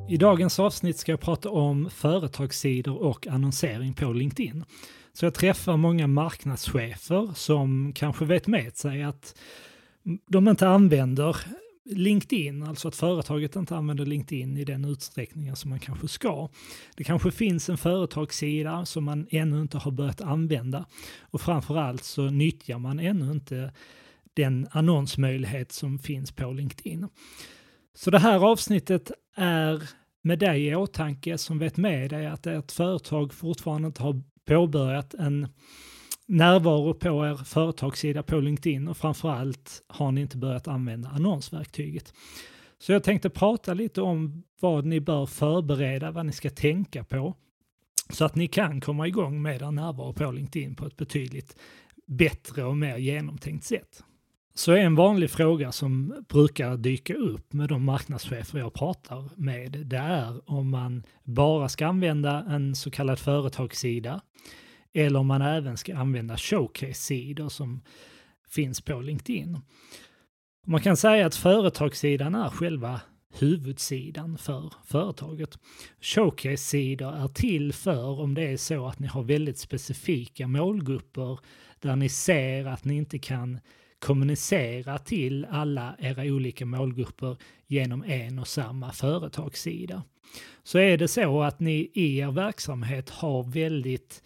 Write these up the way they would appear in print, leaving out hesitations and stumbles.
I dagens avsnitt ska jag prata om företagssidor och annonsering på LinkedIn. Så jag träffar många marknadschefer som kanske vet med sig att de inte använder LinkedIn, alltså att företaget inte använder LinkedIn i den utsträckningen som man kanske ska. Det kanske finns en företagssida som man ännu inte har börjat använda och framförallt så nyttjar man ännu inte den annonsmöjlighet som finns på LinkedIn. Så det här avsnittet är med dig i åtanke som vet med dig att ett företag fortfarande inte har påbörjat en närvaro på er företagssida på LinkedIn och framförallt har ni inte börjat använda annonsverktyget. Så jag tänkte prata lite om vad ni bör förbereda, vad ni ska tänka på så att ni kan komma igång med er närvaro på LinkedIn på ett betydligt bättre och mer genomtänkt sätt. Så en vanlig fråga som brukar dyka upp med de marknadschefer jag pratar med, det är om man bara ska använda en så kallad företagssida eller om man även ska använda showcase-sidor som finns på LinkedIn. Man kan säga att företagssidan är själva huvudsidan för företaget. Showcase-sidor är till för om det är så att ni har väldigt specifika målgrupper där ni ser att ni inte kan kommunicera till alla era olika målgrupper genom en och samma företagssida. Så är det så att ni i er verksamhet har väldigt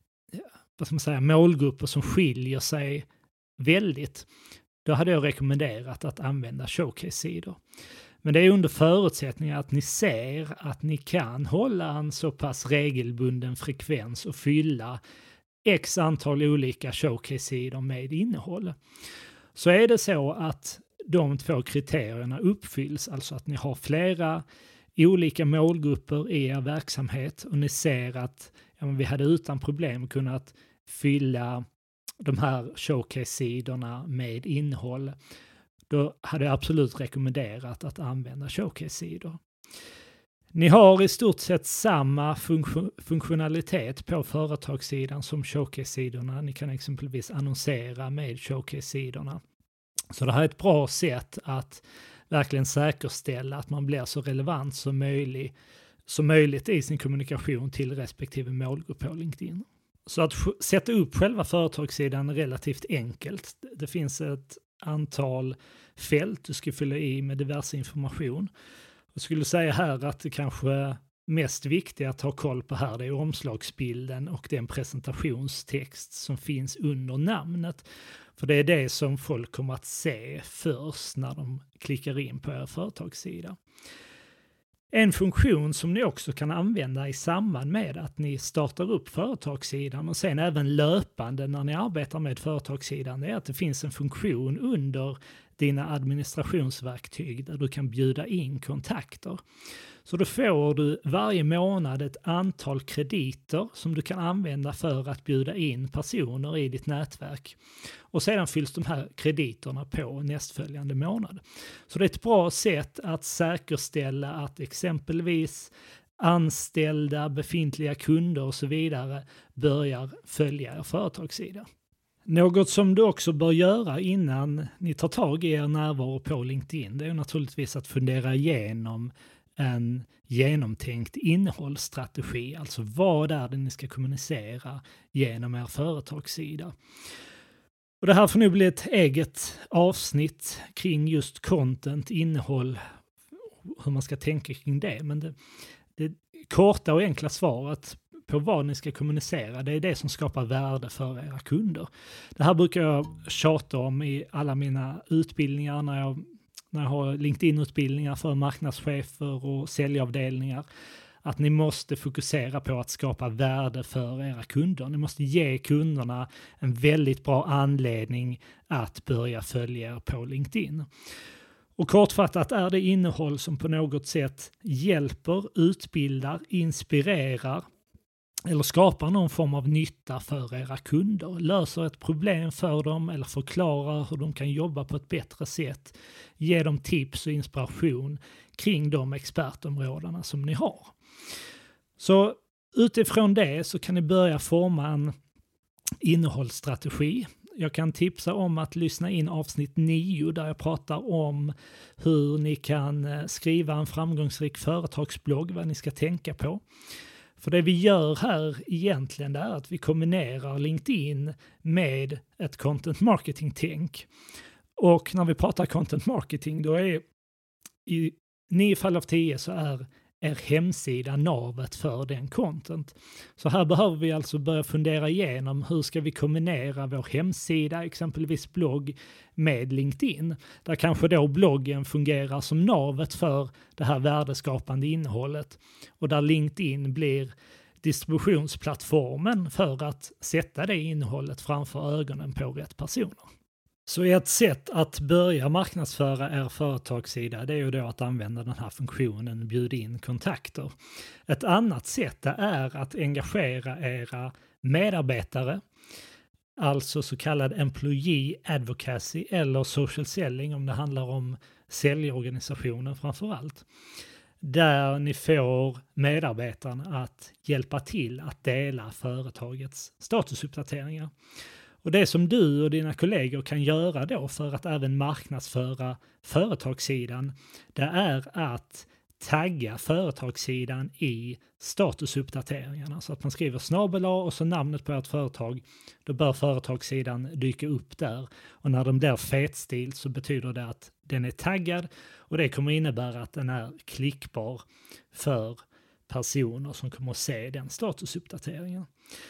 målgrupper som skiljer sig väldigt, då hade jag rekommenderat att använda showcase-sidor. Men det är under förutsättning att ni ser att ni kan hålla en så pass regelbunden frekvens och fylla x antal olika showcase-sidor med innehåll. Så är det så att de två kriterierna uppfylls, alltså att ni har flera olika målgrupper i er verksamhet och ni ser att vi hade utan problem kunnat fylla de här showcase-sidorna med innehåll, då hade jag absolut rekommenderat att använda showcase-sidor. Ni har i stort sett samma funktionalitet på företagssidan som showcase-sidorna. Ni kan exempelvis annonsera med showcase-sidorna. Så det här är ett bra sätt att verkligen säkerställa att man blir så relevant som möjligt i sin kommunikation till respektive målgrupp på LinkedIn. Så att sätta upp själva företagssidan är relativt enkelt. Det finns ett antal fält du ska fylla i med diverse information. Jag skulle säga här att det kanske mest viktiga att ha koll på här, det är omslagsbilden och den presentationstext som finns under namnet. För det är det som folk kommer att se först när de klickar in på er företagssida. En funktion som ni också kan använda i samband med att ni startar upp företagssidan och sen även löpande när ni arbetar med företagssidan, är att det finns en funktion under dina administrationsverktyg där du kan bjuda in kontakter. Så då får du varje månad ett antal krediter som du kan använda för att bjuda in personer i ditt nätverk. Och sedan fylls de här krediterna på nästföljande månad. Så det är ett bra sätt att säkerställa att exempelvis anställda, befintliga kunder och så vidare börjar följa er företagssida. Något som du också bör göra innan ni tar tag i er närvaro på LinkedIn, det är naturligtvis att fundera igenom en genomtänkt innehållsstrategi, alltså vad är det ni ska kommunicera genom er företagssida. Och det här får nu bli ett eget avsnitt kring just content, innehåll, hur man ska tänka kring det. Men det korta och enkla svaret på vad ni ska kommunicera, det är det som skapar värde för era kunder. Det här brukar jag tjata om i alla mina utbildningar när jag har LinkedIn-utbildningar för marknadschefer och säljavdelningar. Att ni måste fokusera på att skapa värde för era kunder. Ni måste ge kunderna en väldigt bra anledning att börja följa er på LinkedIn. Och kortfattat är det innehåll som på något sätt hjälper, utbildar, inspirerar eller skapar någon form av nytta för era kunder, löser ett problem för dem eller förklarar hur de kan jobba på ett bättre sätt, ger dem tips och inspiration kring de expertområdena som ni har. Så utifrån det så kan ni börja forma en innehållsstrategi. jag kan tipsa om att lyssna in avsnitt 9 där jag pratar om hur ni kan skriva en framgångsrik företagsblogg, vad ni ska tänka på. För det vi gör här egentligen är att vi kombinerar LinkedIn med ett content marketing-tänk. Och när vi pratar content marketing, då är i 9 fall av 10 så är er hemsida navet för den content. Så här behöver vi alltså börja fundera igenom hur ska vi kombinera vår hemsida, exempelvis blogg, med LinkedIn. Där kanske då bloggen fungerar som navet för det här värdeskapande innehållet och där LinkedIn blir distributionsplattformen för att sätta det innehållet framför ögonen på rätt personer. Så ett sätt att börja marknadsföra er företagssida, det är ju då att använda den här funktionen bjud in kontakter. Ett annat sätt är att engagera era medarbetare, alltså så kallad employee advocacy eller social selling om det handlar om säljorganisationen framför allt. Där ni får medarbetarna att hjälpa till att dela företagets statusuppdateringar. Och det som du och dina kollegor kan göra då för att även marknadsföra företagssidan, det är att tagga företagssidan i statusuppdateringarna. Så att man skriver /A och så namnet på ert företag, då bör företagssidan dyka upp där. Och när den blir fetstil så betyder det att den är taggad och det kommer innebära att den är klickbar för personer som kommer att se den statusuppdateringen.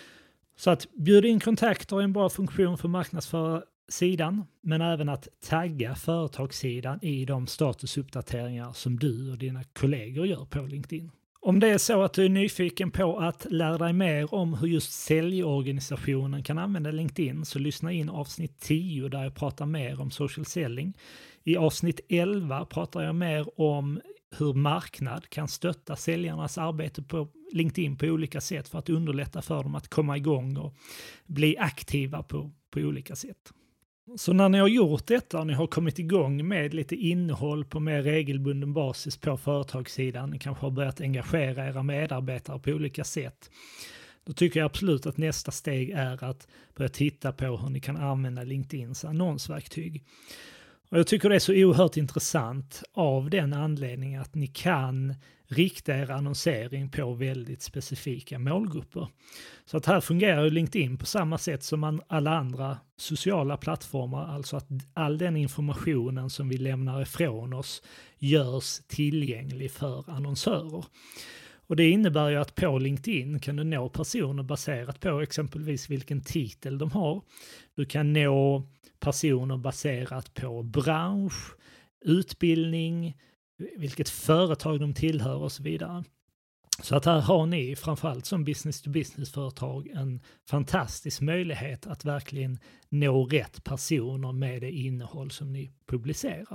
Så att bjuda in kontakter är en bra funktion för marknadsföra sidan, men även att tagga företagssidan i de statusuppdateringar som du och dina kollegor gör på LinkedIn. Om det är så att du är nyfiken på att lära dig mer om hur just säljorganisationen kan använda LinkedIn, så lyssna in avsnitt 10 där jag pratar mer om social selling. I avsnitt 11 pratar jag mer om hur marknad kan stötta säljarnas arbete på LinkedIn på olika sätt för att underlätta för dem att komma igång och bli aktiva på olika sätt. Så när ni har gjort detta och ni har kommit igång med lite innehåll på mer regelbunden basis på företagssidan, ni kanske har börjat engagera era medarbetare på olika sätt, då tycker jag absolut att nästa steg är att börja titta på hur ni kan använda LinkedIns annonsverktyg. Och jag tycker det är så oerhört intressant av den anledningen att ni kan rikta er annonsering på väldigt specifika målgrupper. Så att här fungerar LinkedIn på samma sätt som alla andra sociala plattformar, alltså att all den informationen som vi lämnar ifrån oss görs tillgänglig för annonsörer. Och det innebär ju att på LinkedIn kan du nå personer baserat på exempelvis vilken titel de har. Du kan nå personer baserat på bransch, utbildning, vilket företag de tillhör och så vidare. Så att här har ni framförallt som business-to-business-företag en fantastisk möjlighet att verkligen nå rätt personer med det innehåll som ni publicerar.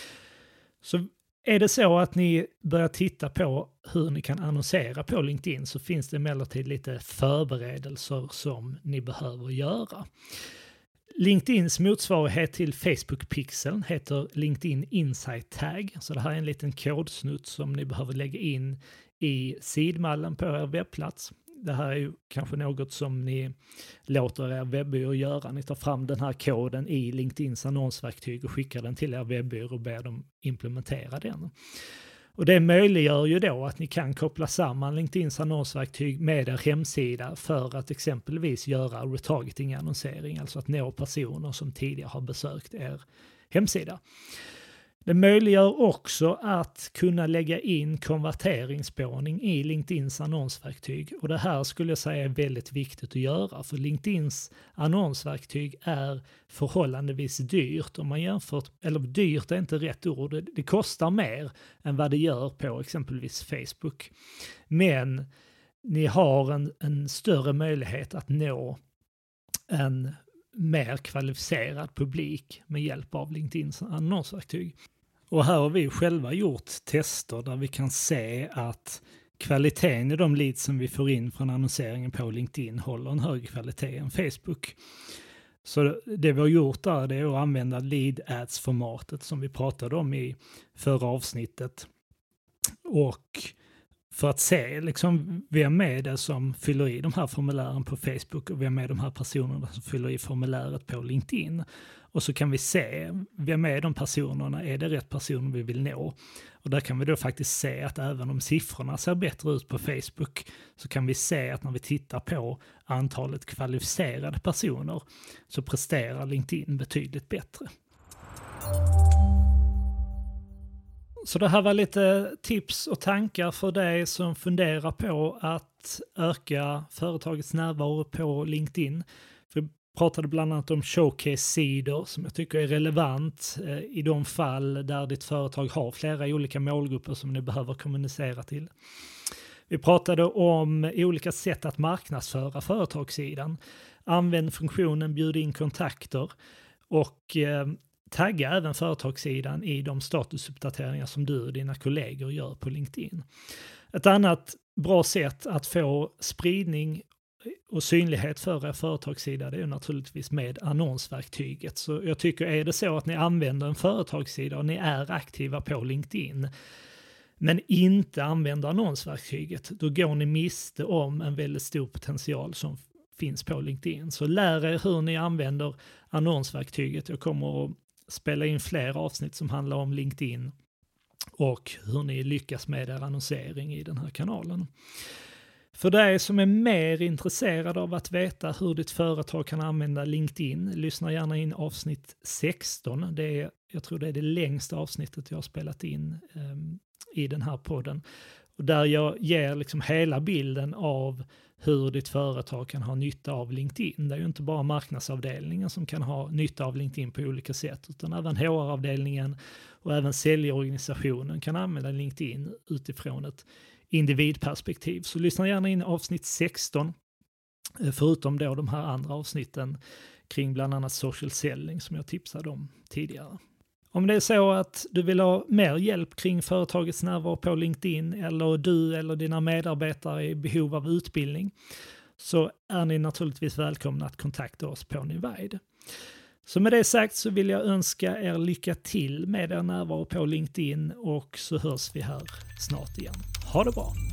Så är det så att ni börjar titta på hur ni kan annonsera på LinkedIn, så finns det emellertid lite förberedelser som ni behöver göra. LinkedIns motsvarighet till Facebook-pixeln heter LinkedIn Insight Tag. Så det här är en liten kodsnutt som ni behöver lägga in i sidmallen på er webbplats. Det här är ju kanske något som ni låter er webbyrå göra. Ni tar fram den här koden i LinkedIns annonsverktyg och skickar den till er webbyrå och ber dem implementera den. Och det möjliggör ju då att ni kan koppla samman LinkedIns annonsverktyg med er hemsida för att exempelvis göra retargeting-annonsering, alltså att nå personer som tidigare har besökt er hemsida. Det möjliggör också att kunna lägga in konverteringsspårning i LinkedIns annonsverktyg. Och det här skulle jag säga är väldigt viktigt att göra, för LinkedIns annonsverktyg är förhållandevis dyrt. Om man jämför, eller dyrt är inte rätt ord, det kostar mer än vad det gör på exempelvis Facebook. Men ni har en större möjlighet att nå en mer kvalificerad publik med hjälp av LinkedIns annonsverktyg. Och här har vi själva gjort tester där vi kan se att kvaliteten i de leads som vi får in från annonseringen på LinkedIn håller en högre kvalitet än Facebook. Så det vi har gjort där, det är att använda lead ads-formatet som vi pratade om i förra avsnittet och för att se liksom vem är det som fyller i de här formulären på Facebook och vem är de här personerna som fyller i formuläret på LinkedIn. Och så kan vi se vem är de personerna, är det rätt personer vi vill nå? Och där kan vi då faktiskt se att även om siffrorna ser bättre ut på Facebook så kan vi se att när vi tittar på antalet kvalificerade personer så presterar LinkedIn betydligt bättre. Så det här var lite tips och tankar för dig som funderar på att öka företagets närvaro på LinkedIn. Vi pratade bland annat om showcase-sidor som jag tycker är relevant i de fall där ditt företag har flera olika målgrupper som ni behöver kommunicera till. Vi pratade om olika sätt att marknadsföra företagssidan. Använd funktionen bjud in kontakter och tagga även företagssidan i de statusuppdateringar som du och dina kollegor gör på LinkedIn. Ett annat bra sätt att få spridning och synlighet för er företagssida det är naturligtvis med annonsverktyget. Så jag tycker är det så att ni använder en företagssida och ni är aktiva på LinkedIn men inte använder annonsverktyget, då går ni miste om en väldigt stor potential som finns på LinkedIn. Så lär er hur ni använder annonsverktyget. Jag kommer att spela in fler avsnitt som handlar om LinkedIn och hur ni lyckas med er annonsering i den här kanalen. För dig som är mer intresserad av att veta hur ditt företag kan använda LinkedIn, lyssna gärna in avsnitt 16. Jag tror det är det längsta avsnittet jag har spelat in i den här podden. Och där jag ger liksom hela bilden av hur ditt företag kan ha nytta av LinkedIn. Det är ju inte bara marknadsavdelningen som kan ha nytta av LinkedIn på olika sätt, utan även HR-avdelningen och även säljorganisationen kan använda LinkedIn utifrån ett individperspektiv. Så lyssna gärna in avsnitt 16, förutom då de här andra avsnitten kring bland annat social selling som jag tipsade om tidigare. Om det är så att du vill ha mer hjälp kring företagets närvaro på LinkedIn eller du eller dina medarbetare är i behov av utbildning så är ni naturligtvis välkomna att kontakta oss på Nivide. Så med det sagt så vill jag önska er lycka till med er närvaro på LinkedIn och så hörs vi här snart igen. Ha det bra!